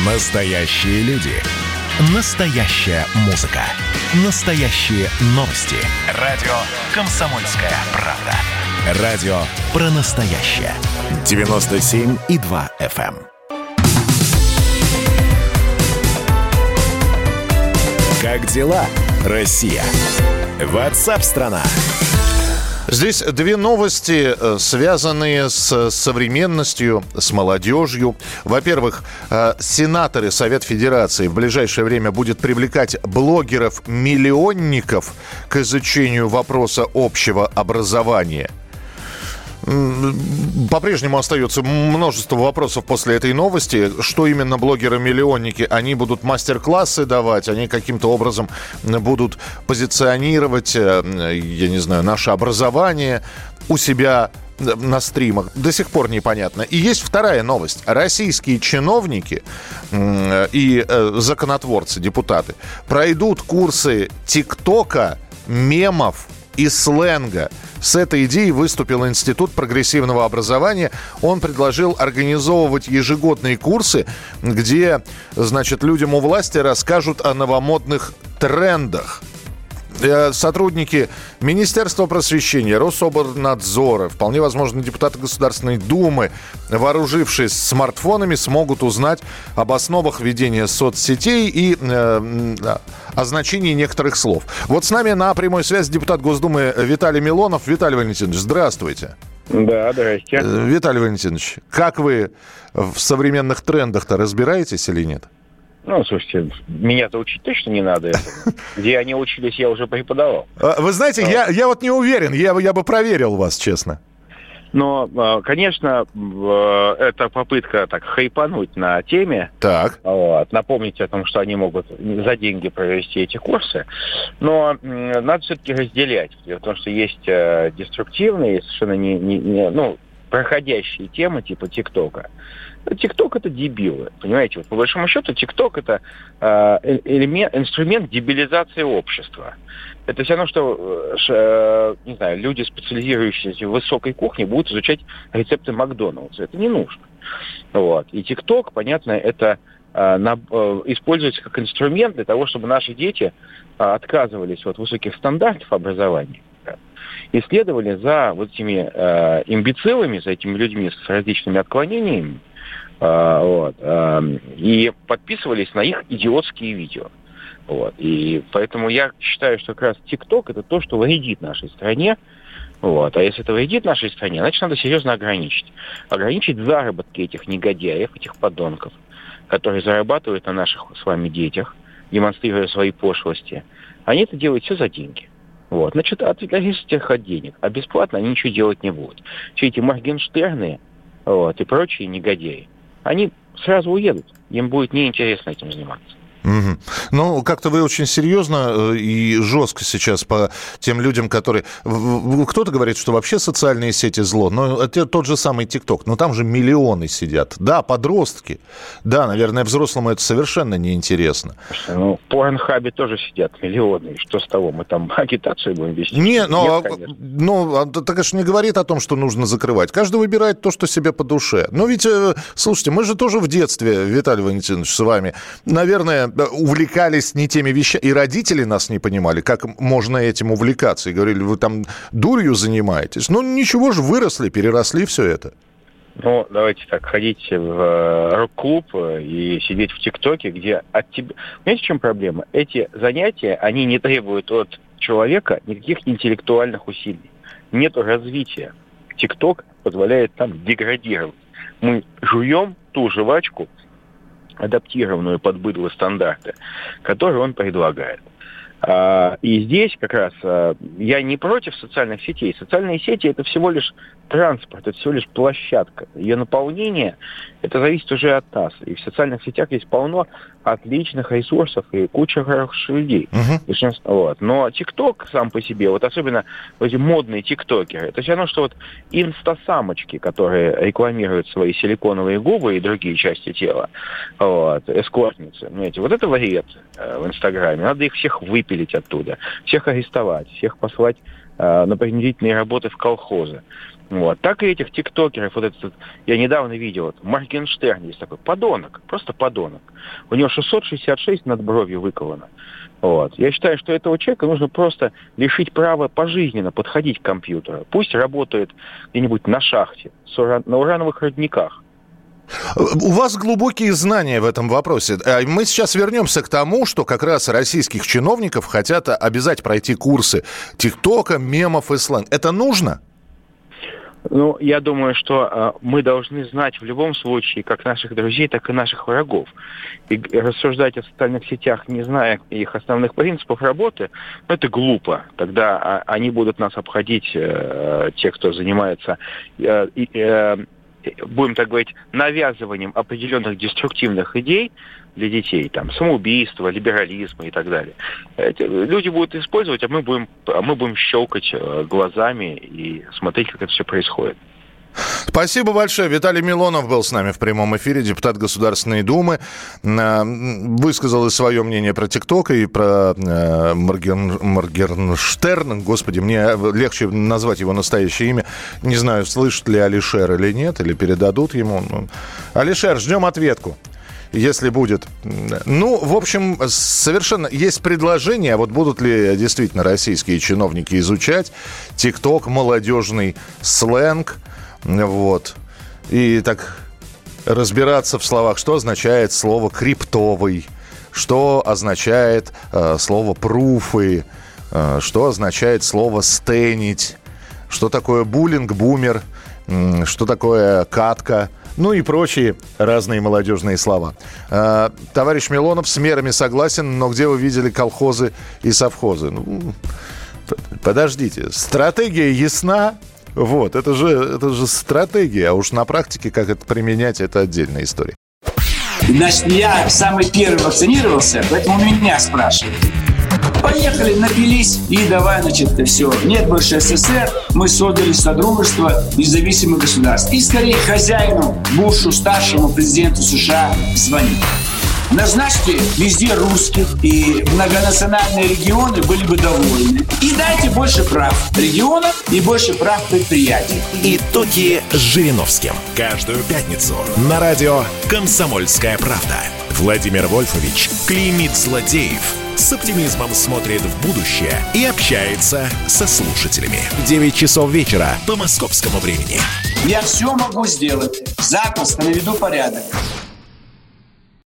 Настоящие люди. Настоящая музыка. Настоящие новости. Радио «Комсомольская правда». Радио про настоящее. 97,2 FM. Как дела, Россия? WhatsApp-страна. Здесь две новости, связанные с современностью, с молодежью. Во-первых, сенаторы Совет Федерации в ближайшее время будет привлекать блогеров-миллионников к изучению вопроса общего образования. По-прежнему остается множество вопросов после этой новости. Что именно блогеры-миллионники? Они будут мастер-классы давать, они каким-то образом будут позиционировать, я не знаю, наше образование у себя на стримах. До сих пор непонятно. И есть вторая новость. Российские чиновники и законотворцы, депутаты, пройдут курсы ТикТока, мемов и сленга. С этой идеей выступил Институт прогрессивного образования. Он предложил организовывать ежегодные курсы, где, значит, людям у власти расскажут о новомодных трендах. Сотрудники Министерства просвещения, Рособорнадзора, вполне возможно, депутаты Государственной Думы, вооружившись смартфонами, смогут узнать об основах ведения соцсетей и о значении некоторых слов. Вот с нами на прямой связи депутат Госдумы Виталий Милонов. Виталий Валентинович, здравствуйте. Да, здрасте. Виталий Валентинович, как вы в современных трендах-то разбираетесь или нет? Ну, слушайте, меня-то учить точно не надо. Где они учились, я уже преподавал. Вы знаете, я вот не уверен, я бы проверил вас, честно. Но, конечно, это попытка так хайпануть на теме. Так. Вот, напомнить о том, что они могут за деньги провести эти курсы. Но надо все-таки разделять. Дело в том, что есть деструктивные, совершенно не проходящие темы типа ТикТока. ТикТок — это дебилы, понимаете? Вот по большому счету ТикТок — это инструмент дебилизации общества. Это все равно, что, не знаю, люди, специализирующиеся в высокой кухне, будут изучать рецепты Макдональдса. Это не нужно. Вот. И ТикТок, понятно, это используется как инструмент для того, чтобы наши дети отказывались от высоких стандартов образования и следовали за вот этими имбецилами, за этими людьми с различными отклонениями, и подписывались на их идиотские видео. Вот. И поэтому я считаю, что как раз ТикТок — это то, что вредит нашей стране. Вот. А если это вредит нашей стране, значит, надо серьезно ограничить. Ограничить заработки этих негодяев, этих подонков, которые зарабатывают на наших с вами детях, демонстрируя свои пошлости. Они это делают все за деньги. Вот. Значит, отвлекайтесь от денег. А бесплатно они ничего делать не будут. Все эти Моргенштерны и прочие негодяи, они сразу уедут. Им будет неинтересно этим заниматься. Угу. Ну, как-то вы очень серьезно и жестко сейчас по тем людям, которые... Кто-то говорит, что вообще социальные сети зло, но это тот же самый ТикТок. Но там же миллионы сидят. Да, подростки. Да, наверное, взрослому это совершенно неинтересно. Ну, в Порнхабе тоже сидят миллионы. И что с того? Мы там агитацию будем вести? Нет, так, конечно, не говорит о том, что нужно закрывать. Каждый выбирает то, что себе по душе. Но ведь, слушайте, мы же тоже в детстве, Виталий Валентинович, с вами, наверное, увлекались не теми вещами, и родители нас не понимали, как можно этим увлекаться, и говорили, вы там дурью занимаетесь. Ну, ничего же, выросли, переросли все это. Ну, давайте так, ходить в рок-клуб и сидеть в ТикТоке, где от тебя... Понимаете, в чем проблема? Эти занятия, они не требуют от человека никаких интеллектуальных усилий. Нет развития. ТикТок позволяет там деградировать. Мы жуем ту жвачку, адаптированную под быдло стандарты, которые он предлагает. И здесь как раз я не против социальных сетей. Социальные сети — это всего лишь транспорт, это всего лишь площадка. Ее наполнение — это зависит уже от нас. И в социальных сетях есть полно отличных ресурсов и куча хороших людей. Вот. Но ТикТок сам по себе, вот особенно эти модные тиктокеры, это все равно, что вот инстасамочки, которые рекламируют свои силиконовые губы и другие части тела, вот, эскортницы, понимаете, вот это вред в Инстаграме. Надо их всех выпить выпилить оттуда, всех арестовать, всех послать на принудительные работы в колхозы. Вот. Так и этих тиктокеров, вот этот, я недавно видел, вот, Моргенштерн есть такой, подонок, просто подонок. У него 666 над бровью выковано. Вот. Я считаю, что этого человека нужно просто лишить права пожизненно подходить к компьютеру. Пусть работает где-нибудь на шахте, на урановых родниках. У вас глубокие знания в этом вопросе. Мы сейчас вернемся к тому, что как раз российских чиновников хотят обязать пройти курсы ТикТока, мемов и сленга. Это нужно? Ну, я думаю, что мы должны знать в любом случае как наших друзей, так и наших врагов. И рассуждать о социальных сетях, не зная их основных принципов работы, это глупо. Тогда они будут нас обходить, те, кто занимается, будем так говорить, навязыванием определенных деструктивных идей для детей, там, самоубийства, либерализма и так далее. Эти люди будут использовать, а мы будем щелкать глазами и смотреть, как это все происходит. Спасибо большое. Виталий Милонов был с нами в прямом эфире, депутат Государственной Думы. Высказал свое мнение про ТикТок и про Моргенштерн. Господи, мне легче назвать его настоящее имя. Не знаю, слышит ли Алишер или нет, или передадут ему. Алишер, ждем ответку, если будет. Ну, в общем, совершенно есть предложение, вот будут ли действительно российские чиновники изучать ТикТок, молодежный сленг, вот, и так разбираться в словах, что означает слово «криптовый», что означает слово «пруфы», что означает слово «стенить», что такое буллинг, бумер, что такое катка, ну и прочие разные молодежные слова. Товарищ Милонов с мерами согласен, но где вы видели колхозы и совхозы? Ну, подождите, стратегия ясна. Вот, это же стратегия, а уж на практике, как это применять, это отдельная история. Значит, я самый первый вакцинировался, поэтому меня спрашивают. Поехали, напились и давай, значит, все. Нет больше СССР, мы создали Содружество независимых государств. И скорее хозяину, Бушу, старшему президенту США звонить. Назначьте везде русских, и многонациональные регионы были бы довольны. И дайте больше прав регионам и больше прав предприятий. Итоги с Жириновским. Каждую пятницу на радио «Комсомольская правда». Владимир Вольфович клеймит злодеев, с оптимизмом смотрит в будущее и общается со слушателями. 9 часов вечера по московскому времени. Я все могу сделать. Запросто наведу порядок.